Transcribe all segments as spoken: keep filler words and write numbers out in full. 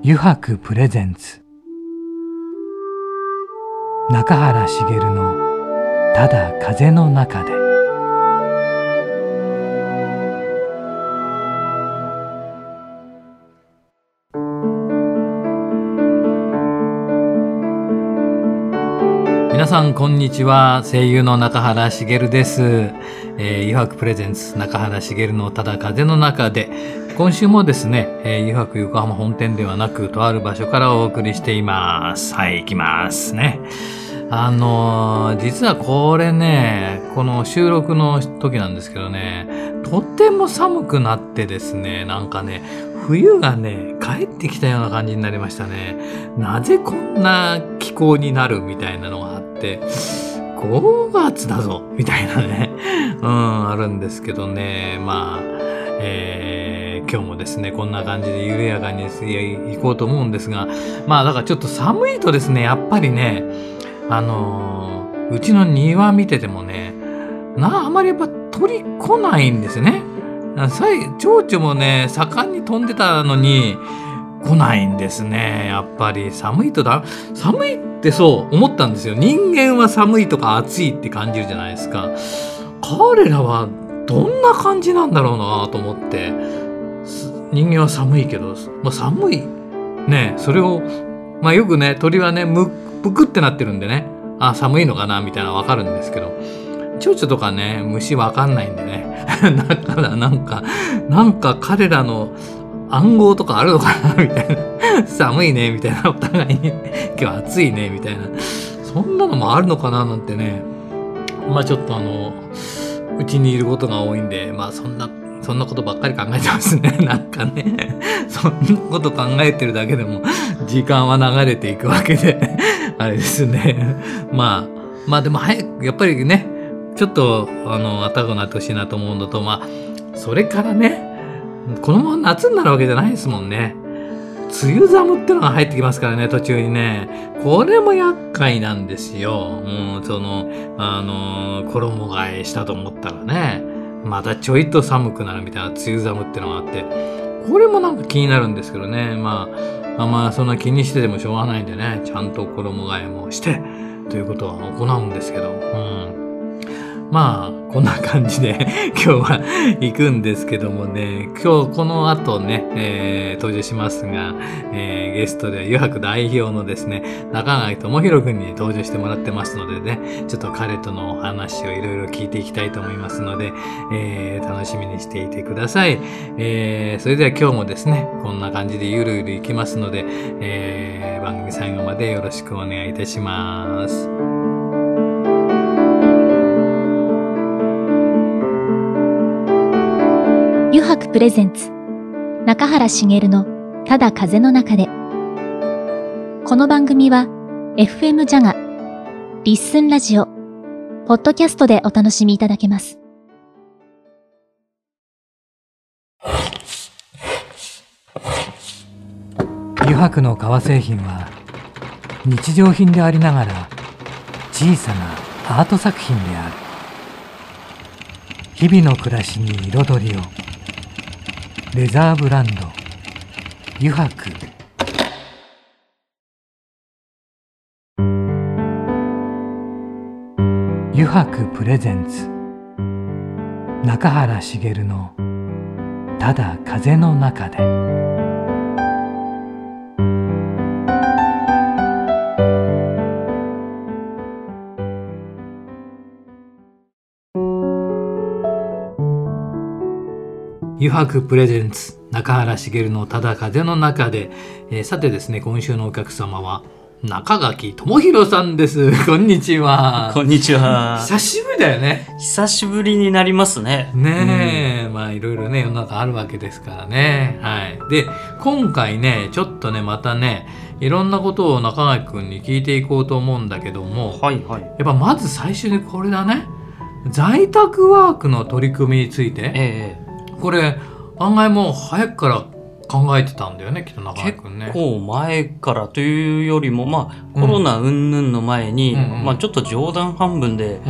油白プレゼンツ中原茂のただ風の中で。皆さんこんにちは。声優の中原茂です。えー、油白プレゼンツ中原茂のただ風の中で、今週もですね、えー、油白横浜本店ではなくとある場所からお送りしています。はい、行きますね。あのー、実はこれね、この収録の時なんですけどね、とっても寒くなってですね、なんかね、冬がね、帰ってきたような感じになりましたね。なぜこんな気候になるみたいなのがあって、ごがつだぞみたいなね、うん、あるんですけどね、まあ、えー、今日もですね、こんな感じで緩やかに行こうと思うんですが、まあだからちょっと寒いとですね、やっぱりね、あのー、うちの庭見ててもね、なあ、あまりやっぱ鳥来ないんですよね。蝶々もね、盛んに飛んでたのに来ないんですね。やっぱり寒いとだ、寒いってそう思ったんですよ。人間は寒いとか暑いって感じるじゃないですか。彼らはどんな感じなんだろうなと思って、人間は寒いけど、まあ、寒いね、それをまあよくね、鳥はね、むぷくってなってるんでね、あ、寒いのかなみたいなのわかるんですけど、蝶々とかね、虫わかんないんでね。だからなんか、なんか彼らの暗号とかあるのかなみたいな。寒いねみたいな、お互いに今日暑いねみたいな。そんなのもあるのかななんてね。まあちょっとあの、うちにいることが多いんで、まあそんな、そんなことばっかり考えてますね。なんかね。そんなこと考えてるだけでも時間は流れていくわけで、あれですね。まあ、まあでも早く、やっぱりね、ちょっとあの暖かくなってほしいなと思うのと、まあそれからね、このまま夏になるわけじゃないですもんね。梅雨寒ってのが入ってきますからね、途中にね。これも厄介なんですよ。もうそのあの衣替えしたと思ったらね、またちょいと寒くなるみたいな梅雨寒ってのがあって、これもなんか気になるんですけどね。まああまあそんな気にしててもしょうがないんでね、ちゃんと衣替えもしてということは行うんですけど、うん。まあこんな感じで今日は行くんですけどもね、今日この後ね、えー、登場しますが、えー、ゲストで油白代表のですね、中垣智弘くんに登場してもらってますのでね、ちょっと彼とのお話をいろいろ聞いていきたいと思いますので、えー、楽しみにしていてください。えー、それでは今日もですね、こんな感じでゆるゆる行きますので、えー、番組最後までよろしくお願いいたします。 油白プレゼンツ中原茂のただ風の中で。この番組は エフエム ジャガ、リッスンラジオ、ポッドキャストでお楽しみいただけます。 油白の革製品は日常品でありながら小さなアート作品である。日々の暮らしに彩りを。レザーブランド油白。油白プレゼンツ中原茂のただ風の中で。油白プレゼンツ中原茂のただ風の中で、えー、さてですね、今週のお客様は中垣智弘さんです。こんにちは。 こんにちは。 久しぶりだよね。 久しぶりになりますね。 ねえ、うん、まあいろいろね、世の中あるわけですからね。はい。で、今回ね、ちょっとね、またね、いろんなことを中垣くんに聞いていこうと思うんだけども、 はいはい。 やっぱまず最初にこれだね。在宅ワークの取り組みについて。ええ。これ案外もう早くから考えてたんだよね、きっと中垣くんね。 結構前からというよりも、まあコロナ云々の前に、うんうんうん、まあちょっと冗談半分で、うん、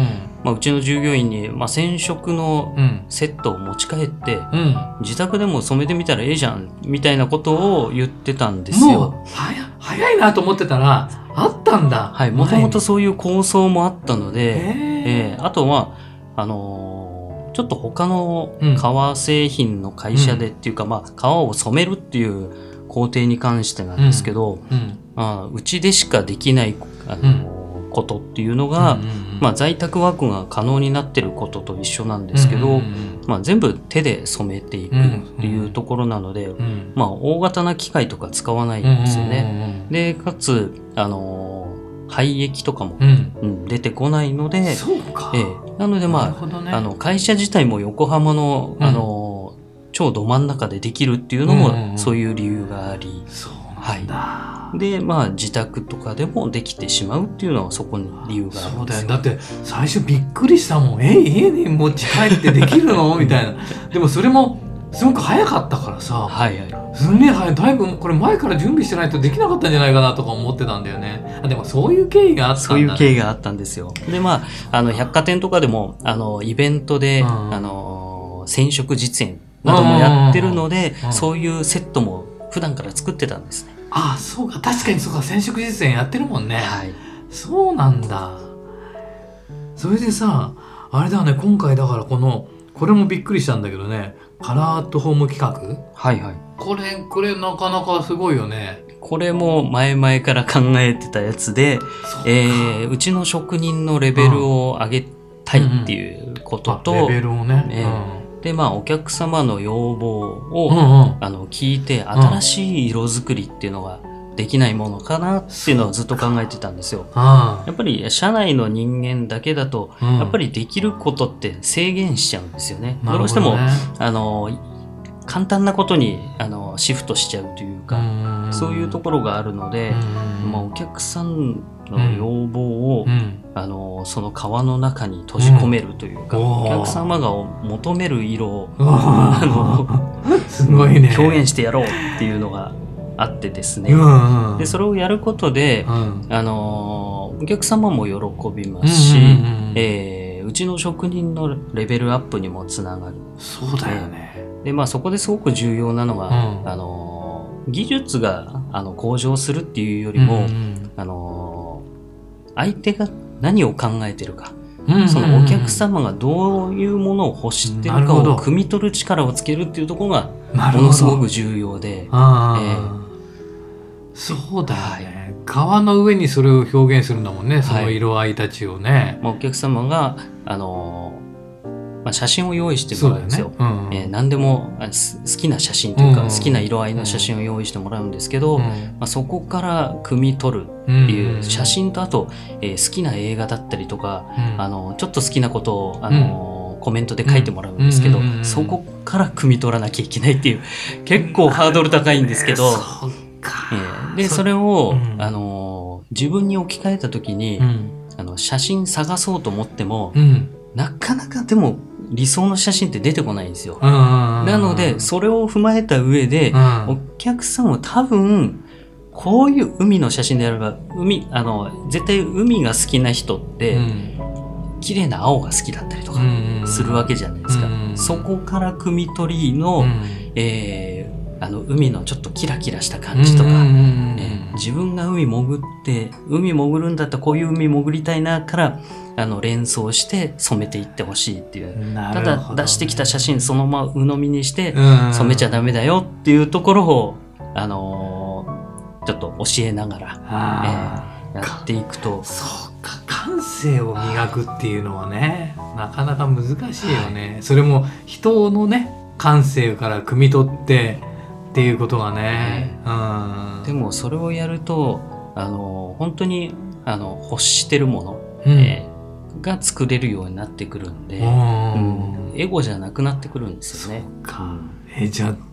まあ、うちの従業員に、まあ、染色のうんセットを持ち帰って、 うん自宅でも染めてみたらええじゃんみたいなことを言ってたんですもうよ。 早早いなと思ってたらあったんだ。 はい、もともとそういう構想もあったので、 へえーあとはあのーちょっと他のうん革製品の会社でっていうか、まあ、革を染めるっていう工程に関してなんですけど、 うんまあ、うちでしかできない、あのーことっていうのが、 うんうんうんまあ、在宅ワークが可能になってることと一緒なんですけど、 うんうんまあ、全部手で染めていくっていうところなので、 うんうんまあ、大型な機械とか使わないんですよね。 ね。 でかつ、あのー廃液とかも、 うんうん出てこないので、 そうか。 ええなので、 なるまほどねあ、あの会社自体も横浜の、 うんあのー超ど真ん中でできるっていうのうんうんうんもそういう理由があり、 そうなんだ。 で、まあ、自宅とかでもできてしまうっていうのはそこに理由があるそうだよ。 んですよ。 だって最初びっくりしたもん。え、家に持ち帰ってできるのみたいな。でもそれもすごく早かったからさ。 はいはい。 すんげえ早い。だいぶこれ前から準備してないとできなかったんじゃないかなとか思ってたんだよね。あでもそういう経緯があったんだ、 そういう経緯があったんですよ。で、まあ、あの、百貨店とかでも、あの、イベントで、 うんあの、染色実演などもやってるのでうん、 そういうセットも普段から作ってたんですね。 ああそうか。確かにそうか。染色実演やってるもんね。 はい。 そうなんだ。それでさ、あれだね、今回だからこの、これもびっくりしたんだけどね、カラーアットホーム企画はいはい。 これ、これなかなかすごいよね。 これも前々から考えてたやつで、 そうかえーうちの職人のレベルを上げたいっていうことと、 あレベルをね。 えで、まあ、お客様の要望を、 うん。うんうん。 あの聞いて、新しい色作りっていうのができないものかなっていうのをずっと考えてたんですよ。 あやっぱり社内の人間だけだと、 あやっぱりできることって制限しちゃうんですよね。 うんどうしても、 なるあの、簡単なことにあのシフトしちゃうというか、 ほどね、 そういうところがあるので、 うんまあ、お客さんの要望を、 うんあのその革の中に閉じ込めるというか、 うんお客様が求める色をうわあのすごいね。 表現してやろうっていうのがあってですね、 うんうん、 でそれをやることで、 うんあのお客様も喜びますし、 うんうんうんうんえーうちの職人のレベルアップにもつながる。 そうだよね。 で、まあ、そこですごく重要なのが、 うんあの技術があの向上するっていうよりも、 うんうんあの相手が何を考えてるか、 うんうんうん、 そのお客様がどういうものを欲してるかなるほどを汲み取る力をつけるっていうところがなるほどものすごく重要で、 ああ、 えそうだよね。革の上にそれを表現するんだもんね。その色合いたちをね。 まあ、お客様が、あのまあ、写真を用意してそうだよねもらうんですよ。。 うんえー何でもあす好きな写真というか、 うん好きな色合いの写真を用意してもらうんですけど、 うんまあ、そこから汲み取るっていう写真と、あと、えー好きな映画だったりとか、 うんあのちょっと好きなことを、あのコメントで書いてもらうんですけど、 うんうんうんうんそこから汲み取らなきゃいけないっていう結構ハードル高いんですけど、 そうか。 えーでそれを、 うんあの自分に置き換えた時に、 うんあの写真探そうと思っても、 うんなかなかでも理想の写真って出てこないんですよ。 ななのでそれを踏まえた上で、お客さんは多分こういう海の写真であれば、海あの絶対海が好きな人って、綺麗な青が好きだったりとかするわけじゃないですか。 うんそこから汲み取りの、えーあの海のちょっとキラキラした感じとか、えー自分が海潜って海潜るんだったらこういう海潜りたいなからあの連想して染めていってほしいっていう、ただ出してきた写真そのまま鵜呑みにして染めちゃダメだよっていうところを、あのーちょっと教えながら、えーやっていくと、 そうか、感性を磨くっていうのはねなかなか難しいよね、はい、それも人のね感性から汲み取ってっていうことがね、 はい、うん、でもそれをやるとあの本当にあの欲してるもの、 うんえー、が作れるようになってくるんで、うん、エゴじゃなくなってくるんですよね。 そうか、えじゃあ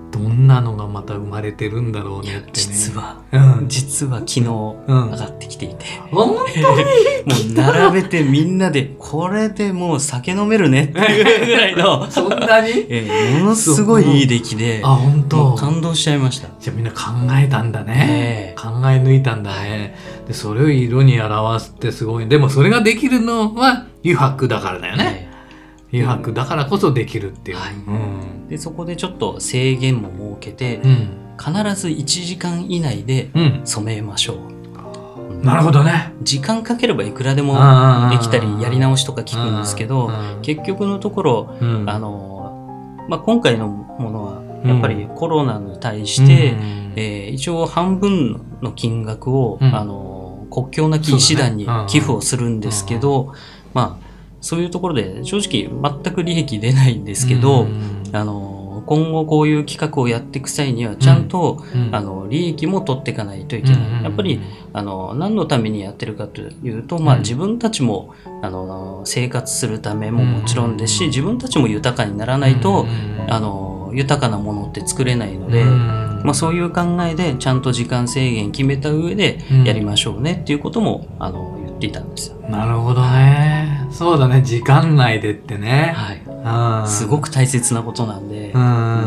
どんなのがまた生まれてるんだろうねってね。 実は、 うん、 実は昨日上がってきていて、 本当にもう並べてみんなでこれでもう酒飲めるねっていうぐらいのそんなに、 えー、ものすごいいい出来で、 あ、本当、 感動しちゃいました。 じゃあみんな考えたんだね、 えー、 考え抜いたんだね。でそれを色に表すってすごい。でもそれができるのは油白だからだよね、えー、油白だからこそできるっていう、 はい、 うん、 でそこでちょっと制限も設けて、うん、必ずいちじかん以内で染めましょう、 うんうん、なるほどね。 時間かければいくらでもできたりやり直しとか聞くんですけど、結局のところ、うん、あのまあ、今回のものはやっぱりコロナに対して、うん、えー、一応半分の金額を、うん、あの国境なき医師団に寄付をするんですけど、ね、まあそういうところで正直全く利益出ないんですけど、うん、あの今後こういう企画をやっていく際にはちゃんと、うん、あの利益も取っていかないといけない、うん、やっぱりあの何のためにやってるかというと、まあ、自分たちもあの生活するためももちろんですし、自分たちも豊かにならないと、あの豊かなものって作れないので、まあ、そういう考えでちゃんと時間制限決めた上でやりましょうねっていうこともあの言っていたんですよ。 なるほどね。そうだね、時間内でってね、 はい、すごく大切なことなんで、 うん、うん、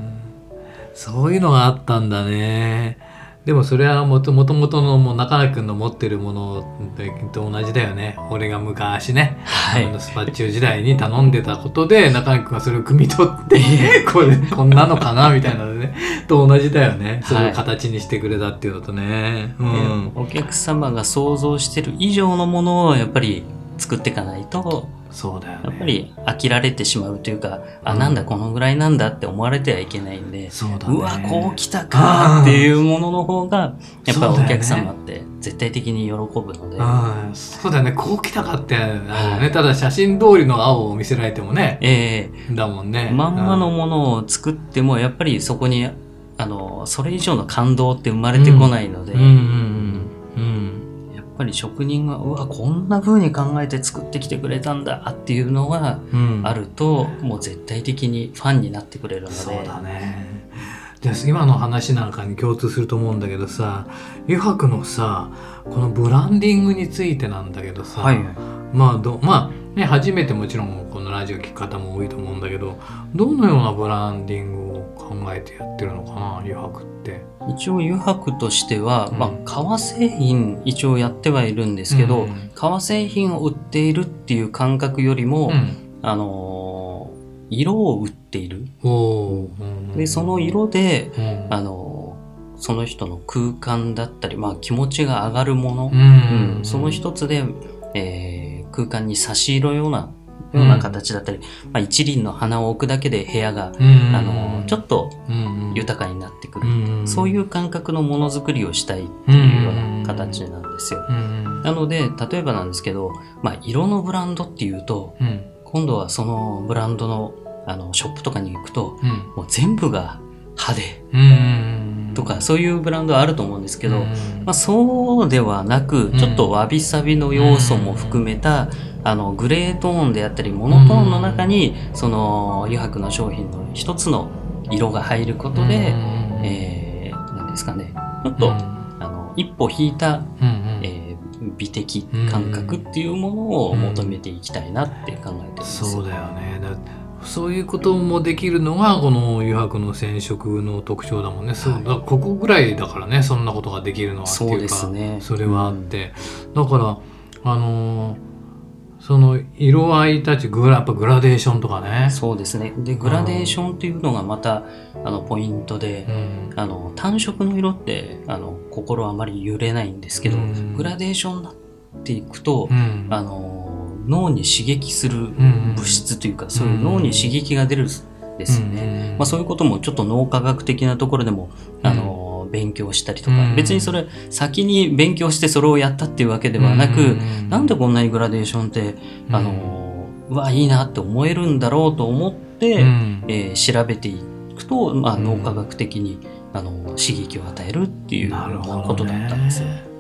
そういうのがあったんだね。でもそれはもともとのもう中川君の持ってるものと同じだよね。俺が昔ね、はい、スパッチュー時代に頼んでたことで中川君がそれを汲み取ってこれこんなのかなみたいなのねと同じだよね。それを形にしてくれたっていうのとね、はい、うん、 お客様が想像してる以上のものをやっぱり作っていかないと、 そうだよね、 やっぱり飽きられてしまうというか、うん、あ、なんだこのぐらいなんだって思われてはいけないんで、 そうだね、 うわこうきたかっていうものの方がやっぱりお客様って絶対的に喜ぶので、 うん、そうだよね、こうきたかってあるよね、はい、ただ写真通りの青を見せられてもね、 えー、 だもんね、 まんまのものを作ってもやっぱりそこにあのそれ以上の感動って生まれてこないので、うんうんうんうん、やっぱり職人がうわこんな風に考えて作ってきてくれたんだっていうのがあると、うん、もう絶対的にファンになってくれるので。 そうだね。で今の話なんかに共通すると思うんだけどさ、油白のさこのブランディングについてなんだけどさ、はい、まあどまあね初めてもちろんこのラジオ聞く方も多いと思うんだけど、どのようなブランディングを考えてやってるのかな油白って。 一応油白としては、うん、まあ、革製品一応やってはいるんですけど、うん、革製品を売っているっていう感覚よりも、うん、あのー、色を売っている。でその色で、うん、あのー、その人の空間だったり、まあ、気持ちが上がるもの、うんうん、その一つで、えー、空間に差し色ようなような形だったり、うん、まあ、一輪の花を置くだけで部屋が、うん、あのちょっと豊かになってくる、うん、そういう感覚のものづくりをしたいっていうような形なんですよ、うん、なので例えばなんですけど、まあ、色のブランドっていうと、うん、今度はそのブランド の, あのショップとかに行くと、うん、もう全部が派手、うんとかそういうブランドはあると思うんですけど、まあ、そうではなくちょっとわびさびの要素も含めたあのグレートーンであったりモノトーンの中にその油白の商品の一つの色が入ることで、えー、なんですかね、ちょっとあの一歩引いた、えー、美的感覚っていうものを求めていきたいなって考えてるんですよ。 そうだよね。だそういうこともできるのがこの油白の染色の特徴だもんね、はい、そうだここぐらいだからね、そんなことができるのはっていうか、そうですね、それはあって、うん、だからあのー、その色合いたちグラ、やっぱグラデーションとかね。 そうですね。でグラデーションっていうのがまたあのポイントで、うん、あの単色の色ってあの心あまり揺れないんですけど、うん、グラデーションになっていくと、うん、あの脳に刺激する物質というか、うん、そういう脳に刺激が出るんですよね、うん、まあ、そういうこともちょっと脳科学的なところでも、あのー、勉強したりとか、うん、別にそれ先に勉強してそれをやったっていうわけではなく、うん、なんでこんなにグラデーションって、うん、あのー、うわいいなって思えるんだろうと思って、うん、えー、調べていくと、まあ、脳科学的に、あのー、刺激を与えるっていうことだったんですよ。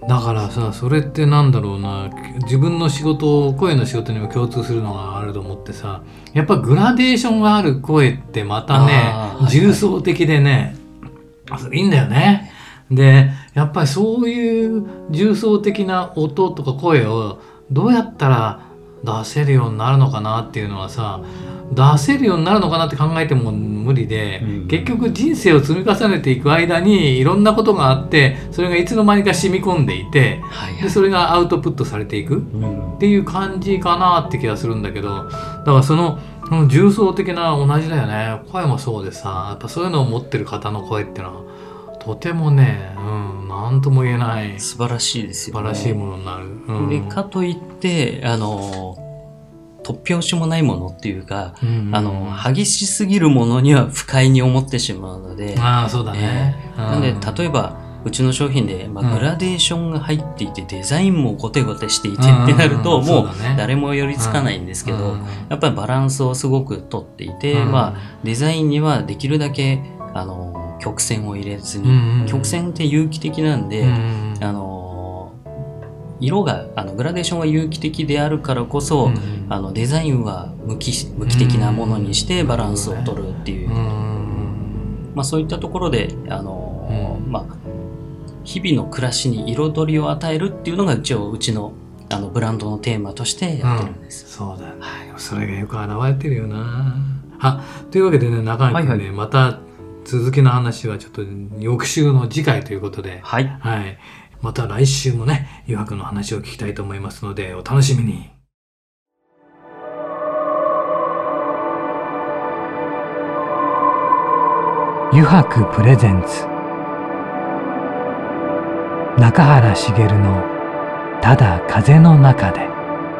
だからさ、それってなんだろうな、自分の仕事、声の仕事にも共通するのがあると思ってさ、やっぱグラデーションがある声ってまたね、重層的でね、はいはい、いいんだよね。で、やっぱりそういう重層的な音とか声をどうやったら出せるようになるのかなっていうのはさ、出せるようになるのかなって考えても無理で、うん、結局人生を積み重ねていく間にいろんなことがあって、それがいつの間にか染み込んでいて、はいはい、でそれがアウトプットされていくっていう感じかなって気がするんだけど、だからその重層的な同じだよね。声もそうでさ、やっぱそういうのを持ってる方の声っていうのはとてもね、うん、なんとも言えない素晴らしいですよね。 素晴らしいものになる。うん、 でかといってあの突拍子もないものっていうか、うんうん、あの激しすぎるものには不快に思ってしまうので、 ああそうだね。 えー、なので例えばうちの商品で、まあ、グラデーションが入っていて、うん、デザインもゴテゴテしていてってなると、うん、もう誰も寄りつかないんですけど、うん、やっぱりバランスをすごくとっていて、うん、まあ、デザインにはできるだけあの曲線を入れずに、うん、曲線って有機的なんで、うん、あの色があのグラデーションが有機的であるからこそ、うん、あのデザインは無機、無機的なものにしてバランスを取るっていう、うん、まあ、そういったところであの、うん、まあ、日々の暮らしに彩りを与えるっていうのが一応うちのあのブランドのテーマとしてやってるんです、 うん、そうだね、それがよく表れてるよな。あ、というわけでね、中井君ね、はいはい、また続きの話はちょっと翌週の次回ということで、 はい、 はい、また来週もね、油白の話を聞きたいと思いますので、お楽しみに。油白プレゼンツ中原茂のただ風の中で。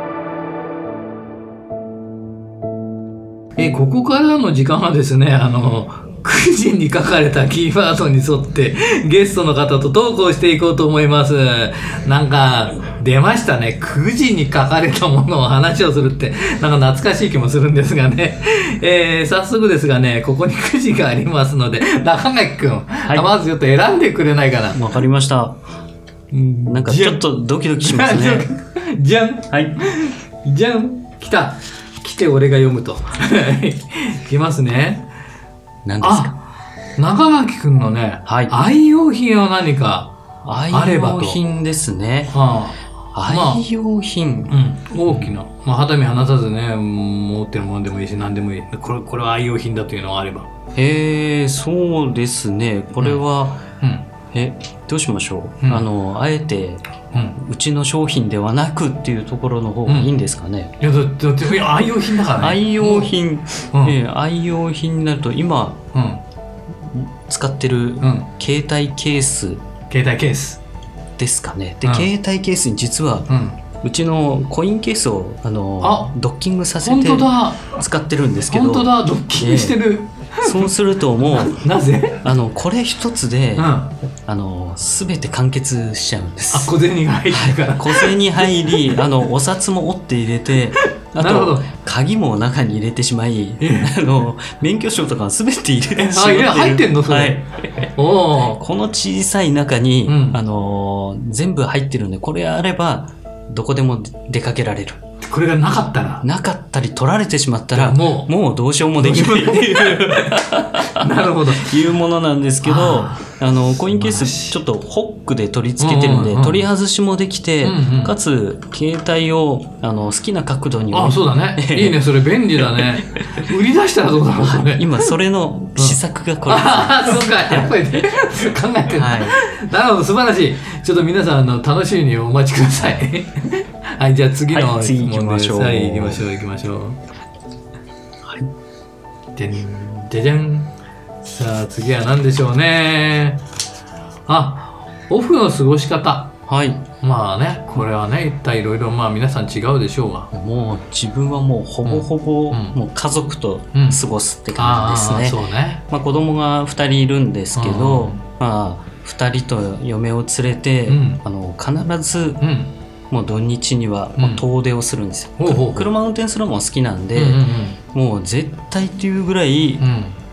え、ここからの時間はですね、あのくじに書かれたキーワードに沿ってゲストの方とトークをしていこうと思います。なんか出ましたね。くじに書かれたものを話をするってなんか懐かしい気もするんですがね、えー、早速ですがね、ここにくじがありますので、中垣くん、はい、まずちょっと選んでくれないかな。 わかりました。なんかちょっとドキドキしますね。 じゃん、 はい、 じゃん、来た。来て俺が読むと来ますね。 何ですか。 中垣くんのね、はい、愛用品は何かあればと。 愛用品ですね、はあ、愛用品、 まあ、うん、大きな、まあ、肌身離さずね持ってるものでもいいし何でもいい、これ、これは愛用品だというのがあれば。 へえ、そうですね、これは、うんうん、えどうしましょう、うん、あのあえて、うん、うちの商品ではなくっていうところの方がいいんですかね。 うん、いやだってだって愛用品だからね。 愛用品、うん、えー、愛用品になると今、うん、使ってる携帯ケース、 携帯ケースですかね。で、うん、携帯ケースに実は、うん、うちのコインケースをあのあドッキングさせて使ってるんですけど。 本当だ、ドッキングしてる、 えー、そうするともうなぜあのこれ一つで、うん、あの全て完結しちゃうんです。 あ、小銭が入ってから、 はい、小銭入りあのお札も折って入れて、あと鍵も中に入れてしまい、あの免許証とか全て入れてしまってる。 あ、入ってんのそれ、はい、 おこの小さい中に、うん、あの全部入ってるんで、これあればどこでも出かけられる。 これがなかったらなかったり取られてしまったらもう、もうどうしようもできないっていうなるほどいうものなんですけど、ああのコインケースちょっとホックで取り付けてるんで、うんうんうん、取り外しもできて、うんうん、かつ携帯をあの好きな角度に置いて、あ、そうだねいいね、それ便利だね売り出したらどうだろうそれ。 今それの試作がこれです、 うん、ああそうか、やっぱりね考えてる、はい、なるほど、素晴らしい。ちょっと皆さんあの楽しみにお待ちくださいはい、じゃあ次の、 はい、次行きましょう。 はい、行きましょう、行きましょう。はい。でん、でじゃん。さあ、次は何でしょうね。あ、オフの過ごし方。 はい。 まあね、これはね、一体いろいろ、まあ皆さん違うでしょうが。 もう自分はもうほぼほぼ、うん、もう家族と過ごすって感じですね。 うん、そうね。 まあ子供がふたりいるんですけど、うん、まあふたりと嫁を連れて、うん、あの必ず、うん、もう土日にはもう遠出をするんですよ、うん、車運転するのも好きなんで、うんうんうん、もう絶対っていうぐらい、うん、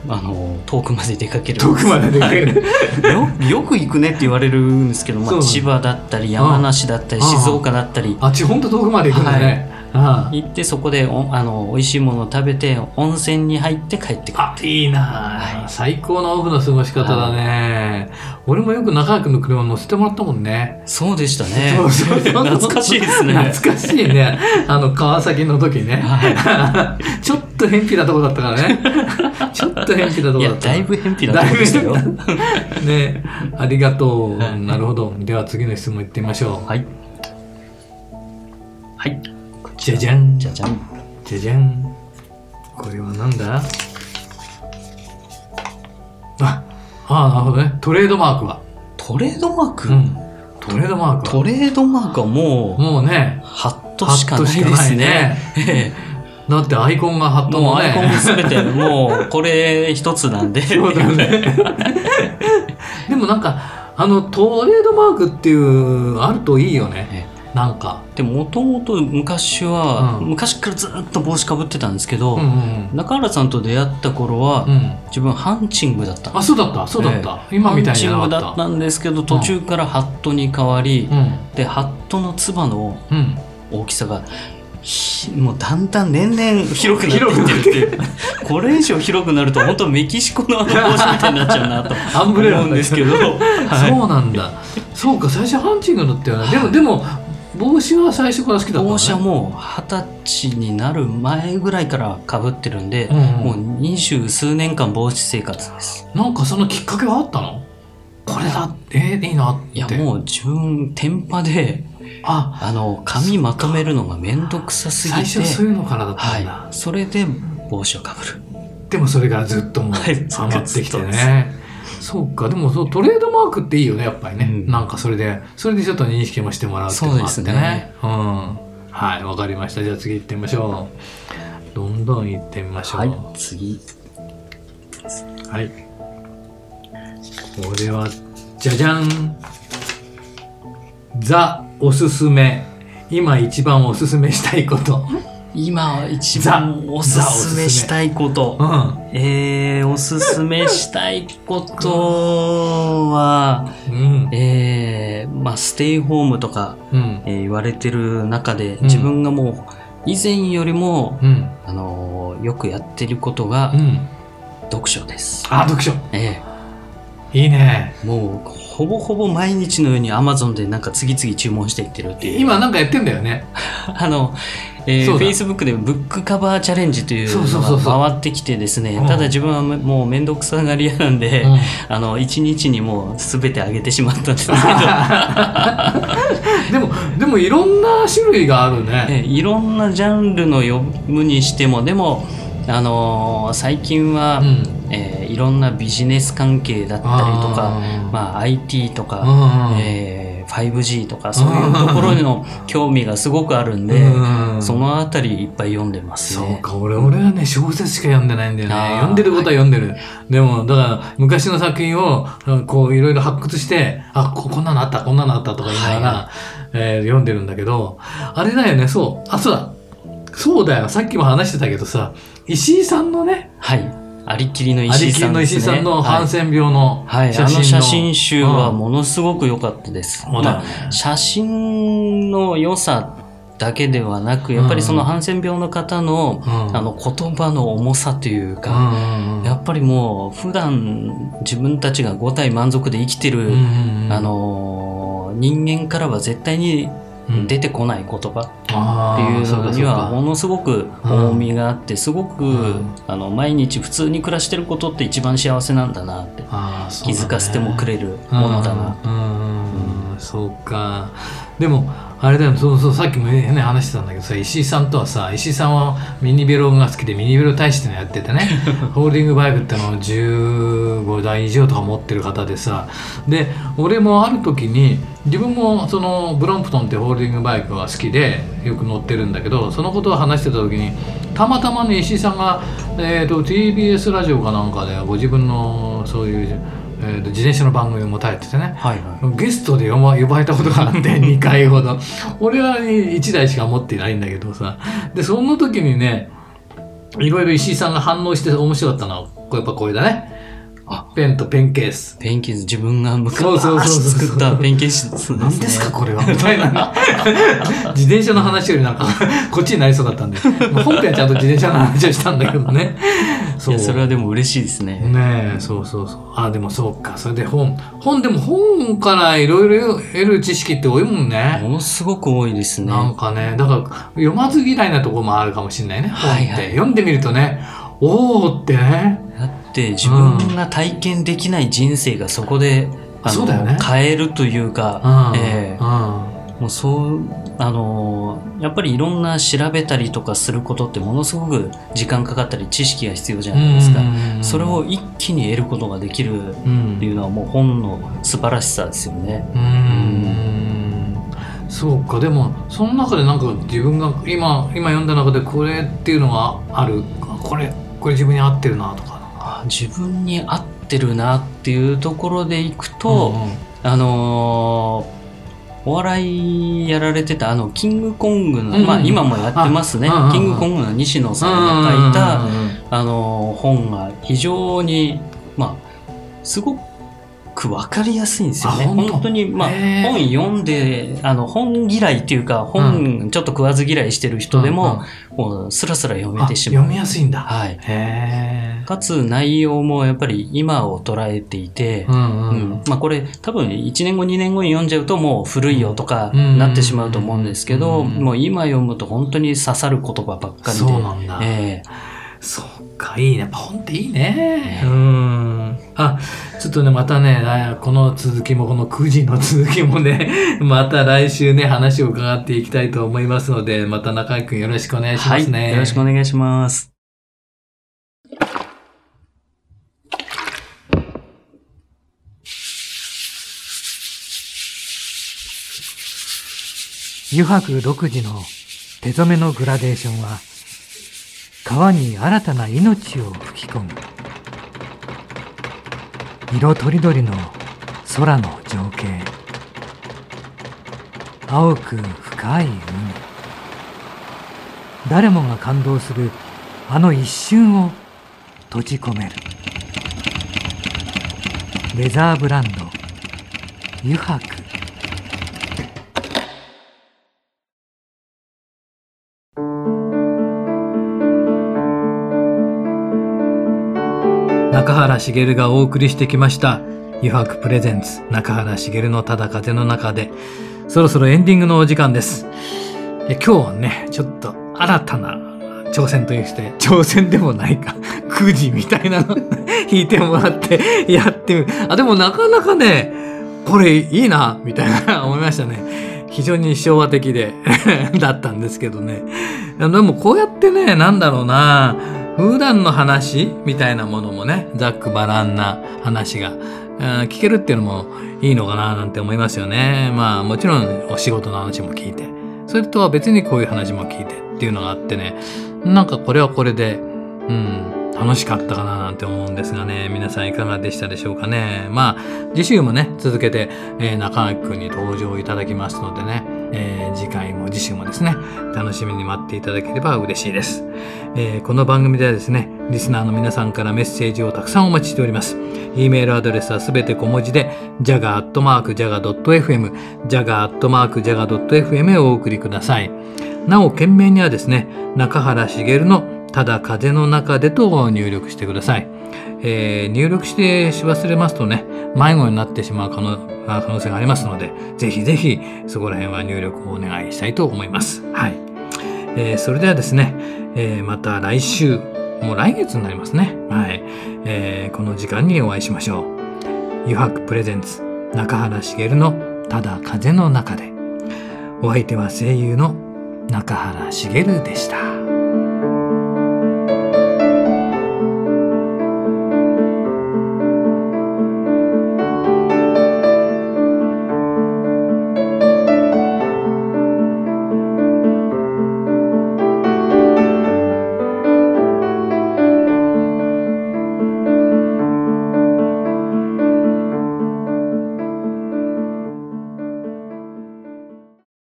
あの遠くまで出かける遠くまで出かけるよ, よく行くねって言われるんですけど、まあ、千葉だったり山梨だったり静岡だったり、 あっちほんと遠くまで行くんだね、 はい、行ってそこでおあの美味しいものを食べて温泉に入って帰ってくる。 あ、いいな、はい、最高のオフの過ごし方だね、はい、俺もよく中川君の車乗せてもらったもんね。 そうでしたね。 そうそうそう懐かしいですね。 懐かしいね。あの川崎の時ね、はい、ちょっと偏僻なとこだったからねちょっと偏僻なとこだった。 いやだいぶ偏僻なとこでしたよね、ありがとう、はい、なるほど。では次の質問いってみましょう。 はいはい、 じゃじゃんじゃじゃんじゃじゃん。これはなんだ。ああ、なるほどね。トレードマークはトレードマーク、 うん、トレードマークはトレードマークはもうもうねハットしかないですね。 だってアイコンがハットのね、 もうアイコンすべてもうこれ一つなんでそうだねでもなんかあのトレードマークっていうあるといいよね。なんかでもともと昔は、うん、昔からずっと帽子かぶってたんですけど、うんうん、中原さんと出会った頃は、うん、自分ハンチングだったんです。 あ、そうだったそうだった、えー、今みたいにハンチングだったんですけど途中からハットに変わり、うん、でハットのつばの大きさが、うん、もうだんだん年々広くなっていってるっていうこれ以上広くなると本当メキシコのあの帽子みたいになっちゃうなとアンブレラ思うんですけど、はい、 そうなんだ。そうか、最初ハンチングだったよね、はい、でもでも帽子は最初から好きだった、ね、 帽子はもう二十歳になる前ぐらいからかぶってるんで、うんうん、もう二十数年間帽子生活です。 なんかそのきっかけはあったの？これだ、えー、いいなって。 いやもう自分天パでああの髪まとめるのがめんどくさすぎて、 最初そういうのからだったんだ、 はい、それで帽子をかぶる。 でもそれからずっともうハマってきてねそうか、でもそうトレードマークっていいよねやっぱりね、うん、なんかそれでそれでちょっと認識もしてもらうっていうのもあってね。そうですね、うん、はい、わかりました。じゃあ次行ってみましょう。どんどん行ってみましょう。 はい、次はい、これはじゃじゃん。ザおすすめ、今一番おすすめしたいこと今一番おすすめしたいこと、うん、えー、おすすめしたいことは、うん、えーまあ、ステイホームとか、うんえー、言われてる中で、うん、自分がもう以前よりも、うんあのー、よくやってることが、うん、読書です。 あ、読書、 えー、いいね。 もうほぼほぼ毎日のように Amazon でなんか次々注文していってるっていう。 今なんかやってんだよねあのえー、Facebook でブックカバーチャレンジというのが回ってきてですね、ただ自分はもうめんどくさがり屋なんで、うん、あのいちにちにもう全てあげてしまったんですけどでもでもいろんな種類があるね、 えー、いろんなジャンルの読むにしても、でもあのー、最近は、うんえー、いろんなビジネス関係だったりとか、まあ、アイティー とか、えーファイブジー とかそういうところの興味がすごくあるんで、そのあたりいっぱい読んでますね。 そうか、俺俺はね小説しか読んでないんだよね。読んでることは読んでる、はい、でもだから昔の作品をこういろいろ発掘して、あ こ, こんなのあったこんなのあったとか言いながら、はいえー、読んでるんだけど、あれだよね。そうあそうだそうだよ、さっきも話してたけどさ、石井さんのね、 はいありきりの石井さんですね。ありきりの石井さんのハンセン病の写真の、はいはい、あの写真集はものすごく良かったです。うんまあ、写真の良さだけではなく、やっぱりそのハンセン病の方の、うん、あの言葉の重さというか、うん、やっぱりもう普段自分たちが五体満足で生きてる、うん、あの人間からは絶対に出てこない言葉っていうのにはものすごく重みがあって、すごく、うん、あの毎日普通に暮らしてることって一番幸せなんだなって気づかせてもくれるものだなと。 うんうん、そうか。でもあれだよ、そうそう、さっきもね話してたんだけどさ、石井さんとはさ、石井さんはミニベロが好きでミニベロ大使ってのやっててねホールディングバイクってのをじゅうごだい以上とか持ってる方でさ、で俺もある時に自分もそのブロンプトンってホールディングバイクが好きでよく乗ってるんだけど、そのことを話してた時にたまたまね石井さんが、えーと ティービーエス ラジオかなんかでご自分のそういうえー、と自転車の番組を持たれててね、はいはい、ゲストで呼ば、呼ばれたことがあってにかいほど俺はいちだいしか持ってないんだけどさ、でその時にねいろいろ石井さんが反応して面白かったのはこれやっぱこれだね。 あ、 ペンとペンケース。 ペンケース、自分が昔そうそうそうそう作ったペンケースですね。 何ですかこれはみたいな。自転車の話よりなんかこっちになりそうだったんで、まあ、本編はちゃんと自転車の話をしたんだけどね。 そう。いや、それはでも嬉しいですね。 ねえ、そうそうそう。あ、でもそうか。それで本。本でも本からいろいろ得る知識って多いもんね。 ものすごく多いですね。 なんかね、だから読まず嫌いなところもあるかもしれないね。本って。はいはい、読んでみるとね、おーってね。 だって自分が体験できない人生がそこで、うん、あのそうだよね、 変えるというか、 うんえーうんもうそうあのやっぱりいろんな調べたりとかすることってものすごく時間かかったり知識が必要じゃないですか。それを一気に得ることができるっていうのはもう本の素晴らしさですよね。 うん、うんそうか。でもその中でなんか自分が今今読んだ中でこれっていうのがある。これこれ自分に合ってるなとか。 あ、自分に合ってるなっていうところでいくと、うんうん、あのーお笑いやられてたあのキングコングの、うん、まあ今もやってますね。キングコングの西野さんが書いたあの本が非常にまあすごくわかりやすいんですよね。本当、本当にまあ本読んであの本嫌いっていうか本ちょっと食わず嫌いしてる人でも、うん、もうスラスラ読めてしまう。 読みやすいんだ。 はい。 へかつ内容もやっぱり今を捉えていて、うんうんうん、まあこれ多分いちねんごにねんごに読んじゃうともう古いよとかなってしまうと思うんですけど、うんうんうん、もう今読むと本当に刺さる言葉ばっかりで。 そうなんだ。 えー、 そうか、いいね。やっぱ本っていいね。うん。あ、ちょっとね、またね、この続きも、このくじの続きもね、また来週ね、話を伺っていきたいと思いますので、また中井くんよろしくお願いしますね。 はい、よろしくお願いします。 油白独自の手染めのグラデーションは、川に新たな命を吹き込む。色とりどりの空の情景。青く深い海。誰もが感動するあの一瞬を閉じ込める。レザーブランド、油白。中原茂がお送りしてきました油白プレゼンツ中原茂のただ風の中で、そろそろエンディングのお時間です。え今日はねちょっと新たな挑戦というして挑戦でもないかくじみたいなの引いてもらってやってみる。あでもなかなかねこれいいなみたいな思いましたね。非常に昭和的でだったんですけどね。でもこうやってねなんだろうな普段の話みたいなものもねざっくばらんな話が聞けるっていうのもいいのかななんて思いますよね。まあもちろんお仕事の話も聞いて、それとは別にこういう話も聞いてっていうのがあってね、なんかこれはこれでうん楽しかったかななんて思うんですがね、皆さんいかがでしたでしょうかね。まあ次週もね続けて、えー、中垣くんに登場いただきますのでね、えー、次回も次週もですね楽しみに待っていただければ嬉しいです。えー、この番組ではですねリスナーの皆さんからメッセージをたくさんお待ちしております。 E メールアドレスはすべて小文字で ジャガ アットマーク ジャガ ドット エフエム ジャガ アットマーク ジャガ ドット エフエム へお送りください。なお件名にはですね中原茂のただ風の中でと入力してください。えー、入力してし忘れますとね迷子になってしまう可能、可能性がありますので、ぜひぜひそこら辺は入力をお願いしたいと思います。はい。えー、それではですね、えー、また来週、もう来月になりますね。はい。えー、この時間にお会いしましょう。油白プレゼンツ中原茂のただ風の中で。お相手は声優の中原茂でした。